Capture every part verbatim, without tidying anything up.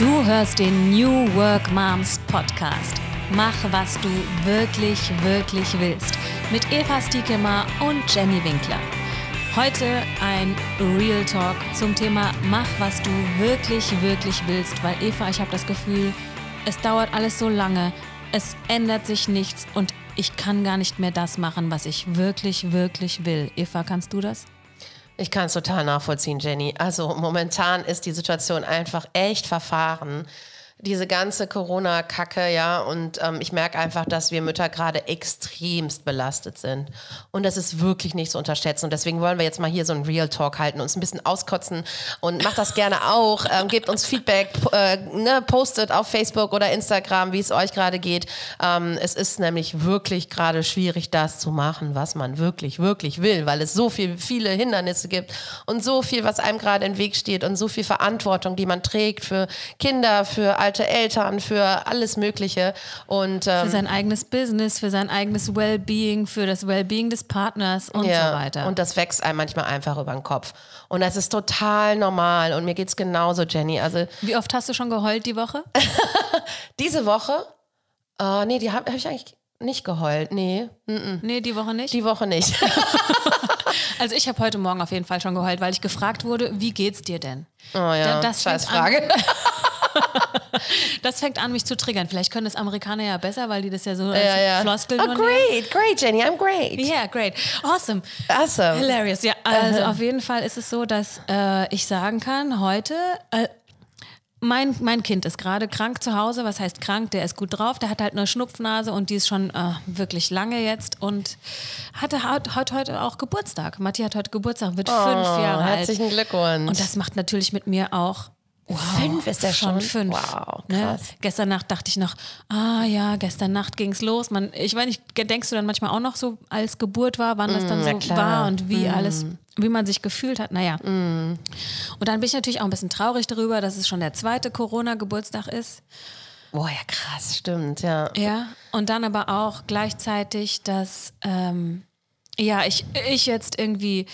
Du hörst den New Work Moms Podcast. Mach, was du wirklich, wirklich willst. Mit Eva Stiekemer und Jenny Winkler. Heute ein Real Talk zum Thema Mach, was du wirklich, wirklich willst. Weil Eva, ich habe das Gefühl, es dauert alles so lange, es ändert sich nichts und ich kann gar nicht mehr das machen, was ich wirklich, wirklich will. Eva, kannst du das? Ich kann es total nachvollziehen, Jenny. Also momentan ist die Situation einfach echt verfahren. Diese ganze Corona-Kacke, ja, und ähm, ich merke einfach, dass wir Mütter gerade extremst belastet sind. Und das ist wirklich nicht zu unterschätzen. Und deswegen wollen wir jetzt mal hier so einen Real Talk halten, uns ein bisschen auskotzen und macht das gerne auch. Ähm, gebt uns Feedback, äh, ne, postet auf Facebook oder Instagram, wie es euch gerade geht. Ähm, es ist nämlich wirklich gerade schwierig, das zu machen, was man wirklich, wirklich will, weil es so viel, viele Hindernisse gibt und so viel, was einem gerade im Weg steht und so viel Verantwortung, die man trägt für Kinder, für alte Eltern, für alles Mögliche. Und, ähm, für sein eigenes Business, für sein eigenes Wellbeing, für das Wellbeing des Partners und ja, so weiter. Und das wächst einem manchmal einfach über den Kopf. Und das ist total normal. Und mir geht's genauso, Jenny. Also, wie oft hast du schon geheult die Woche? Diese Woche? Uh, nee, die habe hab ich eigentlich nicht geheult. Nee. Mm-mm. Nee, die Woche nicht? Die Woche nicht. Also ich habe heute Morgen auf jeden Fall schon geheult, weil ich gefragt wurde, wie geht's dir denn? Oh ja, das scheiß Frage. Das fängt an, mich zu triggern. Vielleicht können das Amerikaner ja besser, weil die das ja so als ja, ja. Floskeln Oh, nur great, great, Jenny, I'm great. Ja, yeah, great. Awesome. Awesome. Hilarious. Ja, also uh-huh. Auf jeden Fall ist es so, dass äh, ich sagen kann, heute, äh, mein, mein Kind ist gerade krank zu Hause. Was heißt krank? Der ist gut drauf. Der hat halt eine Schnupfnase und die ist schon äh, wirklich lange jetzt und hatte hat, hat heute auch Geburtstag. Matti hat heute Geburtstag, wird oh, fünf Jahre alt. Herzlichen Glückwunsch. Und das macht natürlich mit mir auch Wow, fünf ist der schon? Fünf. Wow, krass. Ne? Gestern Nacht dachte ich noch, ah ja, gestern Nacht ging's los. Man, ich weiß nicht, denkst du dann manchmal auch noch so, als Geburt war, wann das dann mm, so war und wie mm. alles, wie man sich gefühlt hat? Naja. Mm. Und dann bin ich natürlich auch ein bisschen traurig darüber, dass es schon der zweite Corona-Geburtstag ist. Boah, ja krass, stimmt, ja. Ja, und dann aber auch gleichzeitig, dass ähm, ja, ich, ich jetzt irgendwie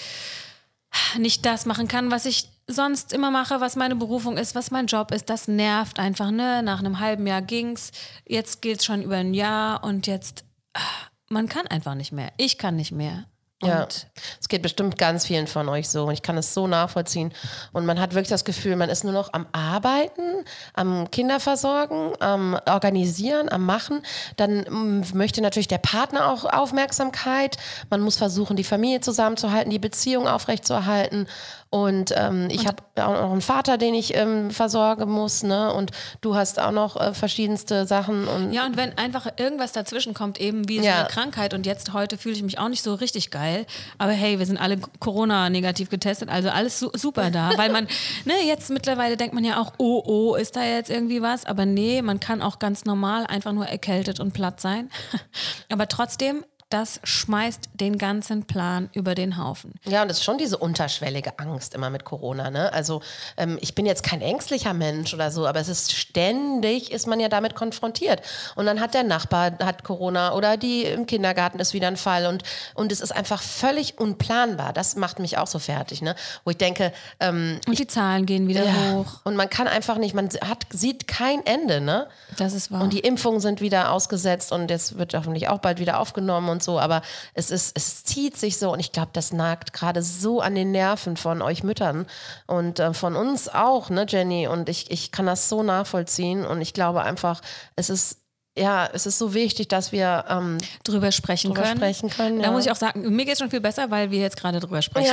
nicht das machen kann, was ich sonst immer mache, was meine Berufung ist, was mein Job ist. Das nervt einfach, ne? Nach einem halben Jahr ging's, jetzt geht's schon über ein Jahr und jetzt, man kann einfach nicht mehr. Ich kann nicht mehr. Ja, und es geht bestimmt ganz vielen von euch so und ich kann es so nachvollziehen und man hat wirklich das Gefühl, man ist nur noch am Arbeiten, am Kinderversorgen, am Organisieren, am Machen. Dann m, möchte natürlich der Partner auch Aufmerksamkeit, man muss versuchen, die Familie zusammenzuhalten, die Beziehung aufrechtzuerhalten und ähm, ich habe auch noch einen Vater, den ich ähm, versorgen muss, ne? Und du hast auch noch äh, verschiedenste Sachen. Und ja, und wenn einfach irgendwas dazwischen kommt, eben wie so ja. eine Krankheit und jetzt heute fühle ich mich auch nicht so richtig geil, aber hey, wir sind alle Corona-negativ getestet, also alles su- super da, weil man, ne, jetzt mittlerweile denkt man ja auch, oh, oh, ist da jetzt irgendwie was, aber nee, man kann auch ganz normal einfach nur erkältet und platt sein, aber trotzdem, das schmeißt den ganzen Plan über den Haufen. Ja, und es ist schon diese unterschwellige Angst immer mit Corona, ne? Also ähm, ich bin jetzt kein ängstlicher Mensch oder so, aber es ist ständig, ist man ja damit konfrontiert. Und dann hat der Nachbar hat Corona oder die im Kindergarten ist wieder ein Fall und, und es ist einfach völlig unplanbar. Das macht mich auch so fertig, ne? Wo ich denke... Ähm, und die Zahlen gehen wieder ja, hoch. Und man kann einfach nicht, man hat, sieht kein Ende, ne? Das ist wahr. Und die Impfungen sind wieder ausgesetzt und jetzt wird hoffentlich auch bald wieder aufgenommen und so, aber es ist, es zieht sich so und ich glaube, das nagt gerade so an den Nerven von euch Müttern und äh, von uns auch, ne, Jenny? Und ich, ich kann das so nachvollziehen und ich glaube einfach, es ist ja, es ist so wichtig, dass wir ähm, drüber sprechen drüber können. Sprechen können da ja. muss ich auch sagen, mir geht es schon viel besser, weil wir jetzt gerade drüber sprechen.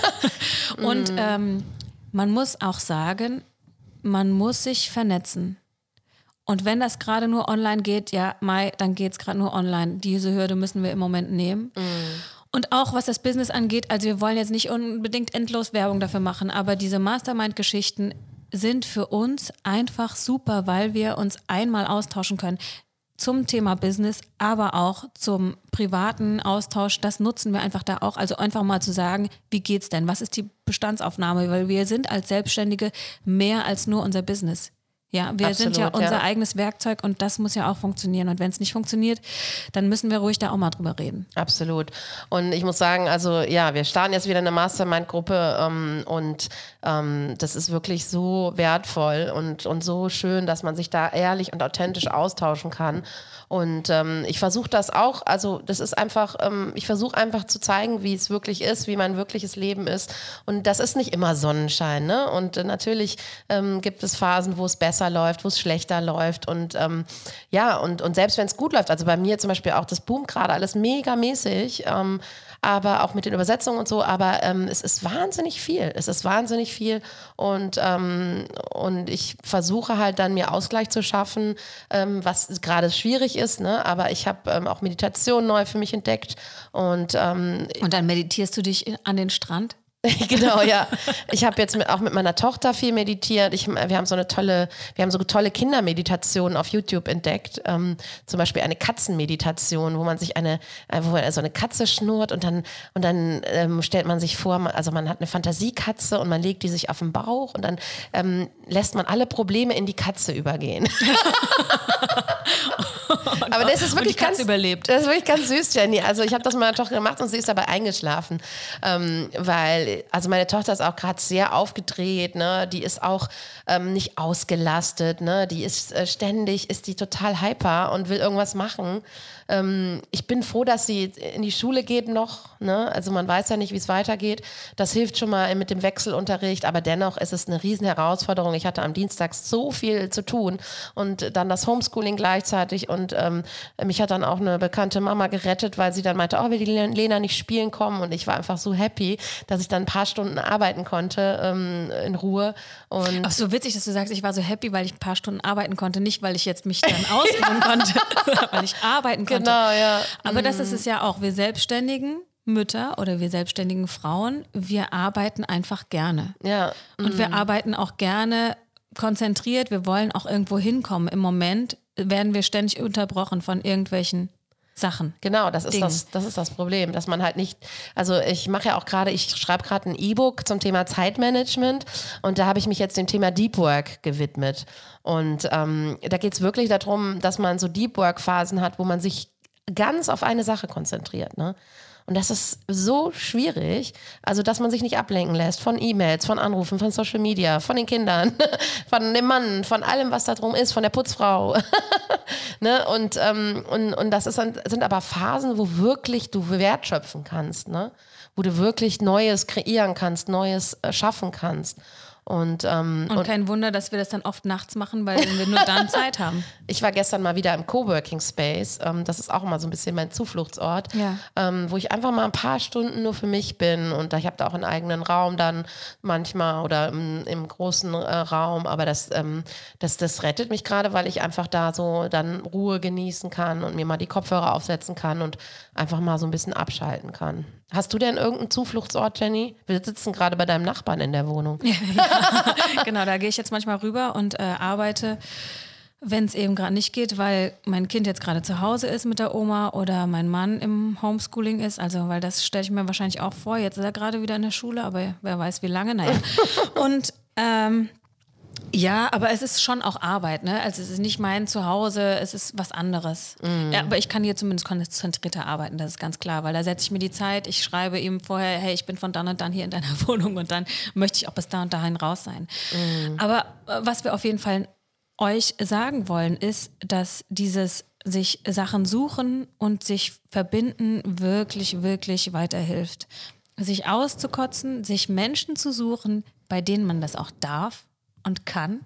Ja. Und mm. ähm, man muss auch sagen, man muss sich vernetzen. Und wenn das gerade nur online geht, ja, Mai, dann geht es gerade nur online. Diese Hürde müssen wir im Moment nehmen. Mm. Und auch was das Business angeht, also wir wollen jetzt nicht unbedingt endlos Werbung dafür machen, aber diese Mastermind-Geschichten sind für uns einfach super, weil wir uns einmal austauschen können zum Thema Business, aber auch zum privaten Austausch. Das nutzen wir einfach da auch. Also einfach mal zu sagen, wie geht's denn? Was ist die Bestandsaufnahme? Weil wir sind als Selbstständige mehr als nur unser Business. Ja, wir Absolut, sind ja unser ja. eigenes Werkzeug und das muss ja auch funktionieren. Und wenn es nicht funktioniert, dann müssen wir ruhig da auch mal drüber reden. Absolut. Und ich muss sagen, also ja, wir starten jetzt wieder eine Mastermind-Gruppe ähm, und ähm, das ist wirklich so wertvoll und, und so schön, dass man sich da ehrlich und authentisch austauschen kann. Und ähm, ich versuche das auch, also das ist einfach, ähm, ich versuche einfach zu zeigen, wie es wirklich ist, wie mein wirkliches Leben ist. Und das ist nicht immer Sonnenschein, ne? Und äh, natürlich ähm, gibt es Phasen, wo es besser läuft, wo es schlechter läuft. Und ähm, ja, und, und selbst wenn es gut läuft, also bei mir zum Beispiel auch, das boomt gerade alles mega mäßig, ähm, aber auch mit den Übersetzungen und so, aber ähm, es ist wahnsinnig viel. Es ist wahnsinnig viel und, ähm, und ich versuche halt dann mir Ausgleich zu schaffen, ähm, was gerade schwierig ist, ne? Aber ich habe ähm, auch Meditation neu für mich entdeckt und ähm, Und dann meditierst du dich an den Strand? Genau, ja. Ich habe jetzt mit, auch mit meiner Tochter viel meditiert. Ich, wir haben so eine tolle, wir haben so tolle Kindermeditationen auf YouTube entdeckt. Ähm, zum Beispiel eine Katzenmeditation, wo man sich eine, wo man so eine Katze schnurrt und dann, und dann ähm, stellt man sich vor, also man hat eine Fantasiekatze und man legt die sich auf den Bauch und dann ähm, lässt man alle Probleme in die Katze übergehen. Aber das ist wirklich und die Katze ganz, überlebt. Das ist wirklich ganz süß, Jenny. Also ich habe das mit meiner Tochter gemacht und sie ist dabei eingeschlafen, ähm, weil also meine Tochter ist auch gerade sehr aufgedreht, ne? Die ist auch ähm, nicht ausgelastet, ne? Die ist äh, ständig, ist die total hyper und will irgendwas machen. Ähm, ich bin froh, dass sie in die Schule geht noch, ne? Also man weiß ja nicht, wie es weitergeht. Das hilft schon mal mit dem Wechselunterricht, aber dennoch ist es eine riesen Herausforderung. Ich hatte am Dienstag so viel zu tun und dann das Homeschooling gleichzeitig und ähm, mich hat dann auch eine bekannte Mama gerettet, weil sie dann meinte, oh, will die Lena nicht spielen kommen und ich war einfach so happy, dass ich dann ein paar Stunden arbeiten konnte ähm, in Ruhe. Und Ach so witzig, dass du sagst, ich war so happy, weil ich ein paar Stunden arbeiten konnte, nicht weil ich jetzt mich dann ausruhen konnte, weil ich arbeiten konnte. Genau, ja. Aber das ist es ja auch, wir Selbstständigen Mütter oder wir selbstständigen Frauen, wir arbeiten einfach gerne. Ja. Und wir arbeiten auch gerne konzentriert, wir wollen auch irgendwo hinkommen. Im Moment werden wir ständig unterbrochen von irgendwelchen Sachen. Genau, das ist Dingen. das, das ist das Problem, dass man halt nicht, also ich mache ja auch gerade, ich schreibe gerade ein E-Book zum Thema Zeitmanagement und da habe ich mich jetzt dem Thema Deep Work gewidmet. Und ähm, da geht es wirklich darum, dass man so Deep Work Phasen hat, wo man sich ganz auf eine Sache konzentriert, ne? Und das ist so schwierig, also dass man sich nicht ablenken lässt von E-Mails, von Anrufen, von Social Media, von den Kindern, von dem Mann, von allem, was da drum ist, von der Putzfrau. Ne? Und, ähm, und, und das ist, sind aber Phasen, wo wirklich du Wert schöpfen kannst, ne? Wo du wirklich Neues kreieren kannst, Neues äh, schaffen kannst. Und, ähm, und, und kein Wunder, dass wir das dann oft nachts machen, weil wir nur dann Zeit haben. Ich war gestern mal wieder im Coworking Space. Ähm, das ist auch immer so ein bisschen mein Zufluchtsort, ja. ähm, wo ich einfach mal ein paar Stunden nur für mich bin. Und da, ich habe da auch einen eigenen Raum dann manchmal oder im, im großen äh, Raum. Aber das, ähm, das, das rettet mich gerade, weil ich einfach da so dann Ruhe genießen kann und mir mal die Kopfhörer aufsetzen kann und einfach mal so ein bisschen abschalten kann. Hast du denn irgendeinen Zufluchtsort, Jenny? Wir sitzen gerade bei deinem Nachbarn in der Wohnung. Ja, genau, da gehe ich jetzt manchmal rüber und äh, arbeite, wenn es eben gerade nicht geht, weil mein Kind jetzt gerade zu Hause ist mit der Oma oder mein Mann im Homeschooling ist. Also, weil das stelle ich mir wahrscheinlich auch vor. Jetzt ist er gerade wieder in der Schule, aber wer weiß wie lange. Naja. Und ähm, ja, aber es ist schon auch Arbeit, ne? Also es ist nicht mein Zuhause, es ist was anderes. Mm. Ja, aber ich kann hier zumindest konzentrierter arbeiten, das ist ganz klar, weil da setze ich mir die Zeit, ich schreibe ihm vorher, hey, ich bin von dann und dann hier in deiner Wohnung und dann möchte ich auch bis da und dahin raus sein. Mm. Aber äh, was wir auf jeden Fall euch sagen wollen, ist, dass dieses sich Sachen suchen und sich verbinden wirklich, wirklich weiterhilft. Sich auszukotzen, sich Menschen zu suchen, bei denen man das auch darf und kann.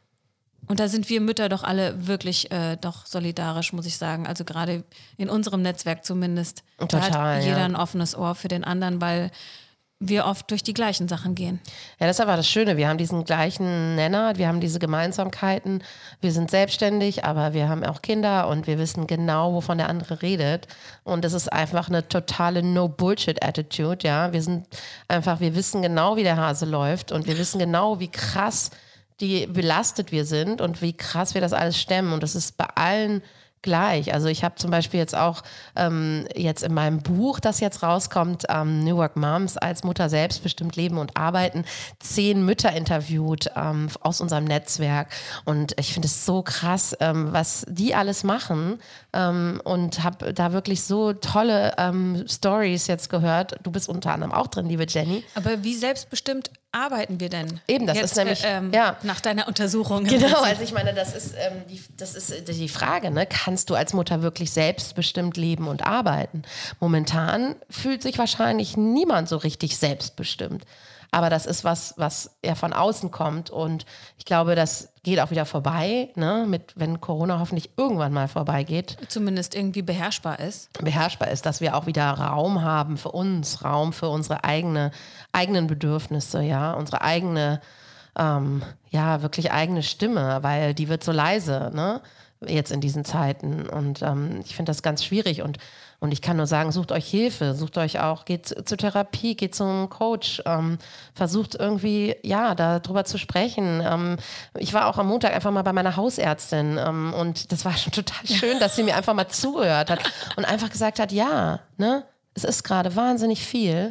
Und da sind wir Mütter doch alle wirklich äh, doch solidarisch, muss ich sagen. Also gerade in unserem Netzwerk zumindest. Total, da hat jeder ja. ein offenes Ohr für den anderen, weil wir oft durch die gleichen Sachen gehen. Ja, das ist aber das Schöne. Wir haben diesen gleichen Nenner, wir haben diese Gemeinsamkeiten. Wir sind selbstständig, aber wir haben auch Kinder und wir wissen genau, wovon der andere redet. Und das ist einfach eine totale No-Bullshit-Attitude, ja. Wir sind einfach, wir wissen genau, wie der Hase läuft und wir wissen genau, wie krass die belastet wir sind und wie krass wir das alles stemmen. Und das ist bei allen gleich. Also ich habe zum Beispiel jetzt auch ähm, jetzt in meinem Buch, das jetzt rauskommt, ähm, New Work Moms als Mutter selbstbestimmt leben und arbeiten, zehn Mütter interviewt ähm, aus unserem Netzwerk. Und ich finde es so krass, ähm, was die alles machen ähm, und habe da wirklich so tolle ähm, Stories jetzt gehört. Du bist unter anderem auch drin, liebe Jenny. Aber wie selbstbestimmt arbeiten wir denn? Eben, das jetzt, ist nämlich, äh, ähm, ja. nach deiner Untersuchung. Genau, also ich meine, das ist, ähm, die, das ist die Frage, ne? Kannst du als Mutter wirklich selbstbestimmt leben und arbeiten? Momentan fühlt sich wahrscheinlich niemand so richtig selbstbestimmt. Aber das ist was, was ja von außen kommt und ich glaube, das geht auch wieder vorbei, ne? Mit, wenn Corona hoffentlich irgendwann mal vorbeigeht. Zumindest irgendwie beherrschbar ist. Beherrschbar ist, dass wir auch wieder Raum haben für uns, Raum für unsere eigene, eigenen Bedürfnisse, ja, unsere eigene, ähm, ja, wirklich eigene Stimme, weil die wird so leise, ne? Jetzt in diesen Zeiten und ähm, ich finde das ganz schwierig und Und ich kann nur sagen, sucht euch Hilfe, sucht euch auch, geht zur Therapie, geht zum Coach, ähm, versucht irgendwie, ja, darüber zu sprechen. Ähm, ich war auch am Montag einfach mal bei meiner Hausärztin ähm, und das war schon total schön, dass sie mir einfach mal zugehört hat und einfach gesagt hat, ja, ne, es ist gerade wahnsinnig viel.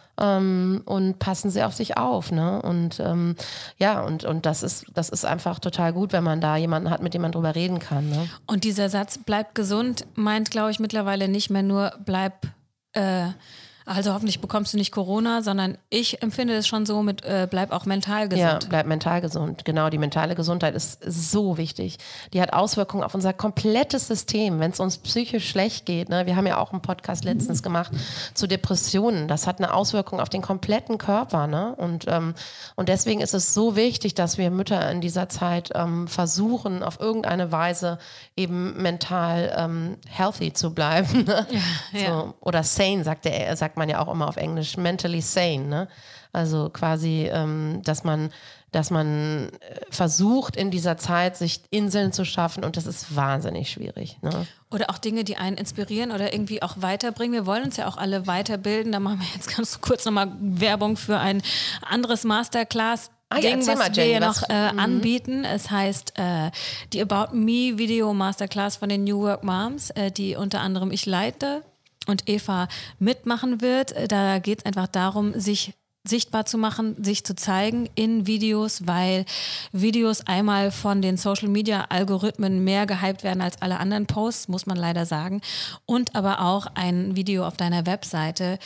Ähm, und passen sie auf sich auf, ne? Und ähm, ja, und, und das ist, das ist einfach total gut, wenn man da jemanden hat, mit dem man drüber reden kann. Ne? Und dieser Satz, bleib gesund, meint, glaube ich, mittlerweile nicht mehr nur, bleib, äh, also hoffentlich bekommst du nicht Corona, sondern ich empfinde es schon so mit, äh, bleib auch mental gesund. Ja, bleib mental gesund. Genau, die mentale Gesundheit ist so wichtig. Die hat Auswirkungen auf unser komplettes System, wenn es uns psychisch schlecht geht. Ne? Wir haben ja auch einen Podcast letztens gemacht zu Depressionen. Das hat eine Auswirkung auf den kompletten Körper. Ne? Und, ähm, und deswegen ist es so wichtig, dass wir Mütter in dieser Zeit ähm, versuchen, auf irgendeine Weise eben mental ähm, healthy zu bleiben. Ne? Ja, ja. So, oder sane, sagt, der, sagt man ja auch immer auf Englisch, mentally sane. Ne? Also quasi, ähm, dass man, dass man versucht in dieser Zeit, sich Inseln zu schaffen und das ist wahnsinnig schwierig. Ne? Oder auch Dinge, die einen inspirieren oder irgendwie auch weiterbringen. Wir wollen uns ja auch alle weiterbilden. Da machen wir jetzt ganz kurz nochmal Werbung für ein anderes Masterclass. Ah, ja, Ding, was mal, wir Jenny, ja noch was, äh, mhm. anbieten. Es heißt äh, die About Me Video Masterclass von den New Work Moms, äh, die unter anderem ich leite und Eva mitmachen wird. Da geht es einfach darum, sich sichtbar zu machen, sich zu zeigen in Videos, weil Videos einmal von den Social-Media-Algorithmen mehr gehypt werden als alle anderen Posts, muss man leider sagen. Und aber auch ein Video auf deiner Webseite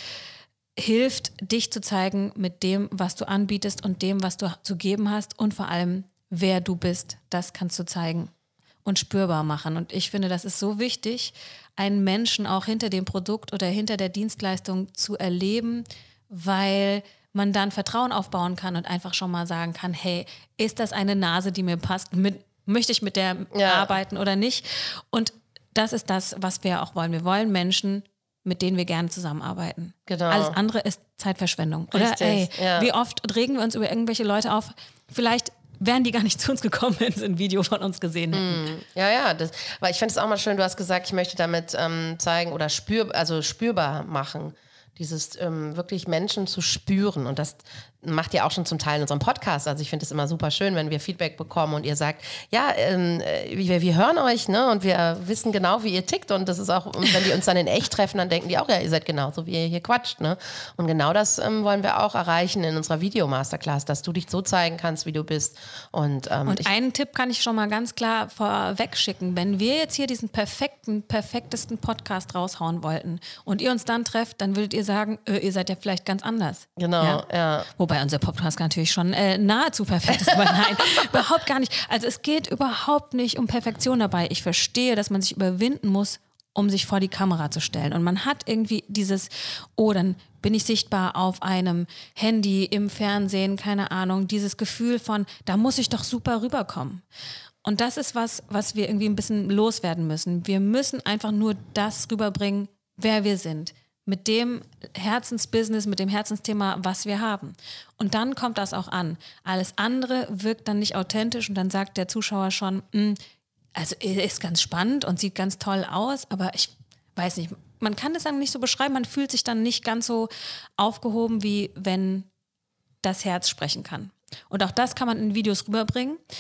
hilft, dich zu zeigen mit dem, was du anbietest und dem, was du zu geben hast und vor allem, wer du bist. Das kannst du zeigen und spürbar machen. Und ich finde, das ist so wichtig, einen Menschen auch hinter dem Produkt oder hinter der Dienstleistung zu erleben, weil man dann Vertrauen aufbauen kann und einfach schon mal sagen kann, hey, ist das eine Nase, die mir passt? Mit, möchte ich mit der ja. arbeiten oder nicht? Und das ist das, was wir auch wollen. Wir wollen Menschen, mit denen wir gerne zusammenarbeiten. Genau. Alles andere ist Zeitverschwendung. Oder Richtig, ey, ja. wie oft regen wir uns über irgendwelche Leute auf? Vielleicht wären die gar nicht zu uns gekommen, wenn sie ein Video von uns gesehen hätten. Mm, ja, ja, das, weil ich finde es auch mal schön, du hast gesagt, ich möchte damit ähm, zeigen oder spür, also spürbar machen, dieses ähm, wirklich Menschen zu spüren und das macht ihr auch schon zum Teil in unserem Podcast. Also ich finde es immer super schön, wenn wir Feedback bekommen und ihr sagt, ja, ähm, wir, wir hören euch, ne, und wir wissen genau, wie ihr tickt und das ist auch, und wenn die uns dann in echt treffen, dann denken die auch, ja, ihr seid genauso, wie ihr hier quatscht, ne, und genau das ähm, wollen wir auch erreichen in unserer Video-Masterclass, dass du dich so zeigen kannst, wie du bist. Und, ähm, und ich, einen Tipp kann ich schon mal ganz klar vorweg schicken, wenn wir jetzt hier diesen perfekten, perfektesten Podcast raushauen wollten und ihr uns dann trefft, dann würdet ihr sagen, äh, ihr seid ja vielleicht ganz anders. Genau, ja. ja. Wobei unser Podcast natürlich schon äh, nahezu perfekt ist, aber nein, überhaupt gar nicht. Also es geht überhaupt nicht um Perfektion dabei. Ich verstehe, dass man sich überwinden muss, um sich vor die Kamera zu stellen. Und man hat irgendwie dieses, oh, dann bin ich sichtbar auf einem Handy, im Fernsehen, keine Ahnung, dieses Gefühl von, da muss ich doch super rüberkommen. Und das ist was, was wir irgendwie ein bisschen loswerden müssen. Wir müssen einfach nur das rüberbringen, wer wir sind. Mit dem Herzensbusiness, mit dem Herzensthema, was wir haben. Und dann kommt das auch an. Alles andere wirkt dann nicht authentisch und dann sagt der Zuschauer schon, also ist ganz spannend und sieht ganz toll aus, aber ich weiß nicht, man kann das dann nicht so beschreiben, man fühlt sich dann nicht ganz so aufgehoben, wie wenn das Herz sprechen kann. Und auch das kann man in Videos rüberbringen.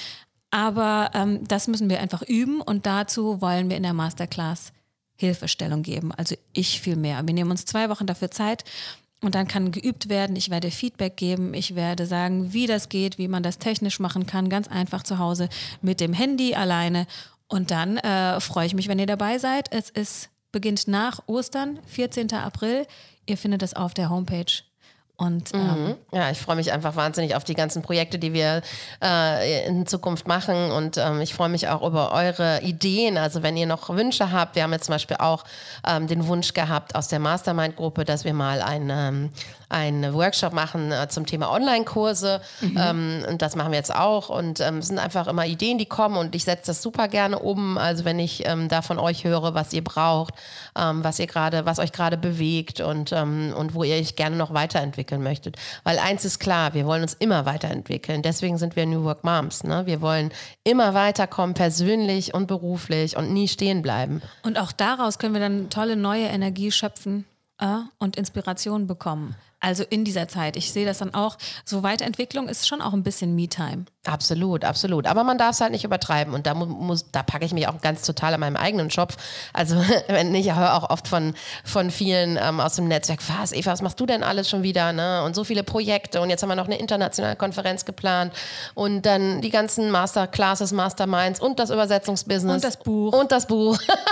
Aber ähm, das müssen wir einfach üben und dazu wollen wir in der Masterclass Hilfestellung geben. Also ich viel mehr. Wir nehmen uns zwei Wochen dafür Zeit und dann kann geübt werden. Ich werde Feedback geben. Ich werde sagen, wie das geht, wie man das technisch machen kann. Ganz einfach zu Hause mit dem Handy alleine. Und dann äh, freue ich mich, wenn ihr dabei seid. Es ist, beginnt nach Ostern, vierzehnten April. Ihr findet das auf der Homepage. Und, ähm, mhm. Ja, ich freue mich einfach wahnsinnig auf die ganzen Projekte, die wir äh, in Zukunft machen und ähm, ich freue mich auch über eure Ideen, also wenn ihr noch Wünsche habt, wir haben jetzt zum Beispiel auch ähm, den Wunsch gehabt aus der Mastermind-Gruppe, dass wir mal ein, ähm, einen Workshop machen äh, zum Thema Online-Kurse mhm. ähm, und das machen wir jetzt auch und ähm, es sind einfach immer Ideen, die kommen und ich setze das super gerne um, also wenn ich ähm, da von euch höre, was ihr braucht, ähm, was ihr gerade, was euch gerade bewegt und, ähm, und wo ihr euch gerne noch weiterentwickelt möchtet. Weil eins ist klar, wir wollen uns immer weiterentwickeln. Deswegen sind wir New Work Moms. Ne? Wir wollen immer weiterkommen, persönlich und beruflich und nie stehen bleiben. Und auch daraus können wir dann tolle neue Energie schöpfen äh, und Inspiration bekommen. Also in dieser Zeit. Ich sehe das dann auch, so Weiterentwicklung ist schon auch ein bisschen Me-Time. Absolut, absolut. Aber man darf es halt nicht übertreiben und da muss, da packe ich mich auch ganz total an meinem eigenen Schopf. Also wenn ich höre auch oft von, von vielen ähm, aus dem Netzwerk, was, Eva, was machst du denn alles schon wieder? Ne? Und so viele Projekte und jetzt haben wir noch eine internationale Konferenz geplant und dann die ganzen Masterclasses, Masterminds und das Übersetzungsbusiness. Und das Buch. Und das Buch.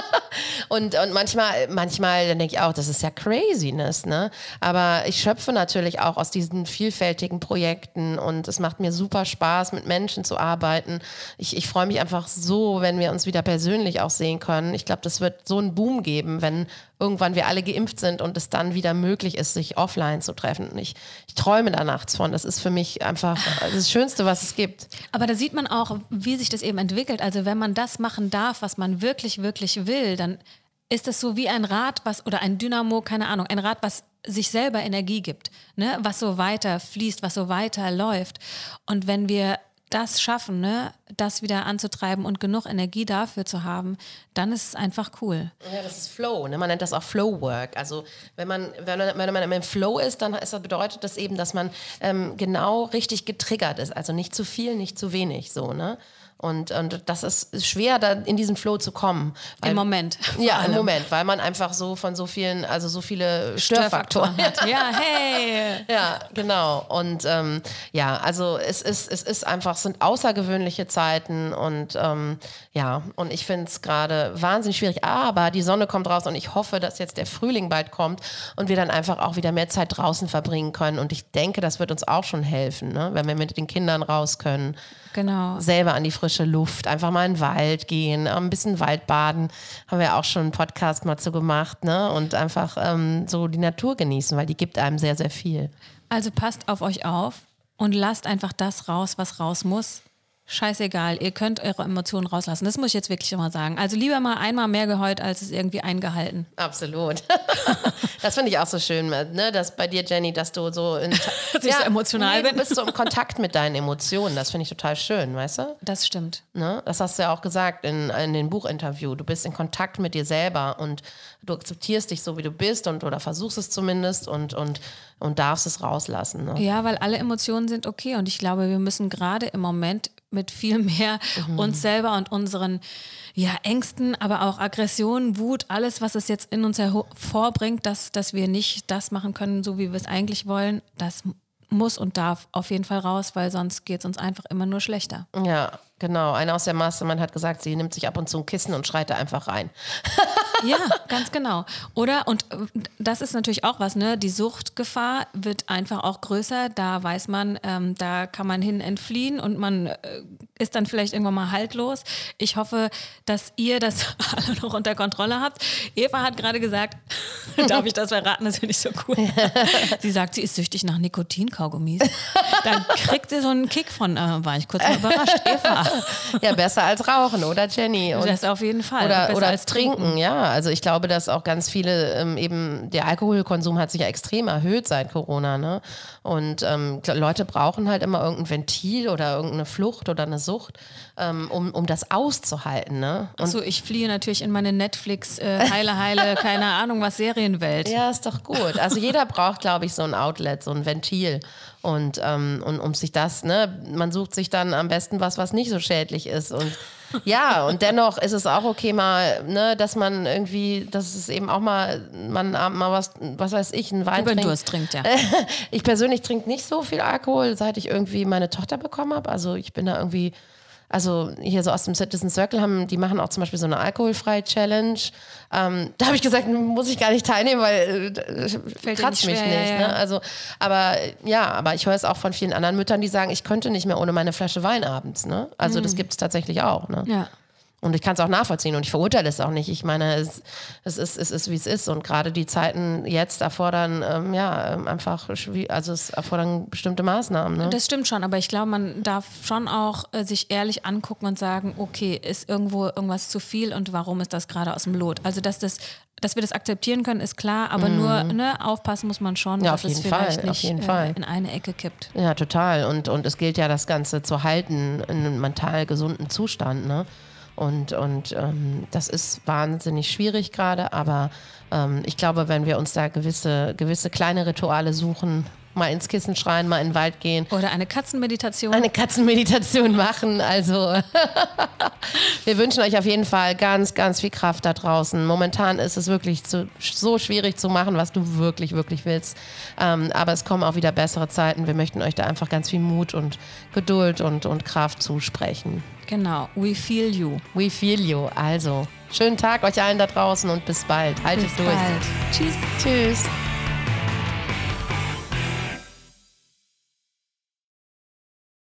und, und manchmal, manchmal dann denke ich auch, das ist ja Craziness. Ne? Aber ich schöpfe natürlich auch aus diesen vielfältigen Projekten und es macht mir super Spaß, mit Menschen zu arbeiten. Ich, ich freue mich einfach so, wenn wir uns wieder persönlich auch sehen können. Ich glaube, das wird so einen Boom geben, wenn irgendwann wir alle geimpft sind und es dann wieder möglich ist, sich offline zu treffen. Und ich, ich träume da nachts von. Das ist für mich einfach das Schönste, was es gibt. Aber da sieht man auch, wie sich das eben entwickelt. Also wenn man das machen darf, was man wirklich, wirklich will, dann ist das so wie ein Rad, was oder ein Dynamo, keine Ahnung, ein Rad, was sich selber Energie gibt, ne? Was so weiter fließt, was so weiter läuft. Und wenn wir das schaffen, ne, das wieder anzutreiben und genug Energie dafür zu haben, dann ist es einfach cool. Ja, das ist Flow, ne? Man nennt das auch Flow Work. Also wenn man, wenn man, wenn man im Flow ist, dann ist das, bedeutet das eben, dass man ähm, genau richtig getriggert ist. Also nicht zu viel, nicht zu wenig, so, ne? Und, und das ist schwer, da in diesen Flow zu kommen. Weil, Im Moment. Ja, im Moment, weil man einfach so von so vielen, also so viele Störfaktoren, Störfaktoren hat. Ja, hey! Ja, genau. Und ähm, ja, also es ist, es ist einfach, es sind außergewöhnliche Zeiten und ähm, ja, und ich finde es gerade wahnsinnig schwierig, aber die Sonne kommt raus und ich hoffe, dass jetzt der Frühling bald kommt und wir dann einfach auch wieder mehr Zeit draußen verbringen können und ich denke, das wird uns auch schon helfen, ne? Wenn wir mit den Kindern raus können. Genau. Selber an die frische Luft, einfach mal in den Wald gehen, ein bisschen Waldbaden, haben wir auch schon einen Podcast mal zu gemacht, ne? Und einfach ähm, so die Natur genießen, weil die gibt einem sehr, sehr viel. Also passt auf euch auf und lasst einfach das raus, was raus muss. Scheißegal, ihr könnt eure Emotionen rauslassen. Das muss ich jetzt wirklich immer sagen. Also lieber mal einmal mehr geheult, als es irgendwie eingehalten. Absolut. Das finde ich auch so schön, ne? Dass bei dir, Jenny, dass du so, in, dass ich ja, so emotional nee, bin. Du bist so im Kontakt mit deinen Emotionen. Das finde ich total schön, weißt du? Das stimmt. Ne? Das hast du ja auch gesagt in, in dem Buchinterview. Du bist in Kontakt mit dir selber und du akzeptierst dich so, wie du bist und oder versuchst es zumindest und, und, und darfst es rauslassen. Ne? Ja, weil alle Emotionen sind okay und ich glaube, wir müssen gerade im Moment mit viel mehr mhm. uns selber und unseren ja, Ängsten, aber auch Aggressionen, Wut, alles, was es jetzt in uns hervorbringt, dass, dass wir nicht das machen können, so wie wir es eigentlich wollen, das muss und darf auf jeden Fall raus, weil sonst geht es uns einfach immer nur schlechter. Ja, genau. Einer aus der Mastermind hat gesagt, sie nimmt sich ab und zu ein Kissen und schreit da einfach rein. Ja, ganz genau. Oder, und das ist natürlich auch was, ne? Die Suchtgefahr wird einfach auch größer. Da weiß man, ähm, da kann man hin entfliehen und man äh, ist dann vielleicht irgendwann mal haltlos. Ich hoffe, dass ihr das alle noch unter Kontrolle habt. Eva hat gerade gesagt, darf ich das verraten? Das finde ich so cool. Sie sagt, sie ist süchtig nach Nikotinkaugummis. Dann kriegt sie so einen Kick von, äh, war ich kurz mal überrascht, Eva. Ja, besser als rauchen, oder Jenny? Und das auf jeden Fall. Oder, oder als trinken, trinken, ja. Also ich glaube, dass auch ganz viele ähm, eben, der Alkoholkonsum hat sich ja extrem erhöht seit Corona, ne? Und ähm, Leute brauchen halt immer irgendein Ventil oder irgendeine Flucht oder eine Sucht, ähm, um, um das auszuhalten, ne? Und Achso, ich fliehe natürlich in meine Netflix, äh, heile, heile, keine Ahnung was, Serienwelt. Ja, ist doch gut. Also jeder braucht, glaube ich, so ein Outlet, so ein Ventil. Und, ähm, und um sich das, ne, man sucht sich dann am besten was, was nicht so schädlich ist. Und ja, und dennoch ist es auch okay mal, ne, dass man irgendwie, dass es eben auch mal, man mal was, was weiß ich, einen Wein Über den trinkt. Durst trinkt, ja. Ich persönlich trinke nicht so viel Alkohol, seit ich irgendwie meine Tochter bekommen habe. Also ich bin da irgendwie, also hier so aus dem Citizen Circle haben, die machen auch zum Beispiel so eine alkoholfreie Challenge. Ähm, da habe ich gesagt, muss ich gar nicht teilnehmen, weil äh, kratzt mich schwer, nicht. ja, ja. Ne? Also, aber ja, aber ich höre es auch von vielen anderen Müttern, die sagen, ich könnte nicht mehr ohne meine Flasche Wein abends. Ne? Also mhm. das gibt es tatsächlich auch. Ne? Ja. Und ich kann es auch nachvollziehen und ich verurteile es auch nicht. Ich meine, es, es ist, es ist, wie es ist. Und gerade die Zeiten jetzt erfordern, ähm, ja, ähm, einfach, also es erfordern bestimmte Maßnahmen. Ne? Das stimmt schon, aber ich glaube, man darf schon auch äh, sich ehrlich angucken und sagen, okay, ist irgendwo irgendwas zu viel und warum ist das gerade aus dem Lot? Also, dass das Dass wir das akzeptieren können, ist klar, aber mhm. nur ne, aufpassen muss man schon, ja, dass es vielleicht Fall, nicht äh, in eine Ecke kippt. Ja, total. Und, und es gilt ja, das Ganze zu halten in einem mental gesunden Zustand. Ne? Und, und ähm, das ist wahnsinnig schwierig gerade, aber ähm, ich glaube, wenn wir uns da gewisse, gewisse kleine Rituale suchen, mal ins Kissen schreien, mal in den Wald gehen. Oder eine Katzenmeditation. Eine Katzenmeditation machen. Also wir wünschen euch auf jeden Fall ganz, ganz viel Kraft da draußen. Momentan ist es wirklich zu, so schwierig zu machen, was du wirklich, wirklich willst. Ähm, aber es kommen auch wieder bessere Zeiten. Wir möchten euch da einfach ganz viel Mut und Geduld und, und Kraft zusprechen. Genau, we feel you. We feel you. Also, schönen Tag euch allen da draußen und bis bald. Haltet bis durch. Bald. Tschüss. Tschüss.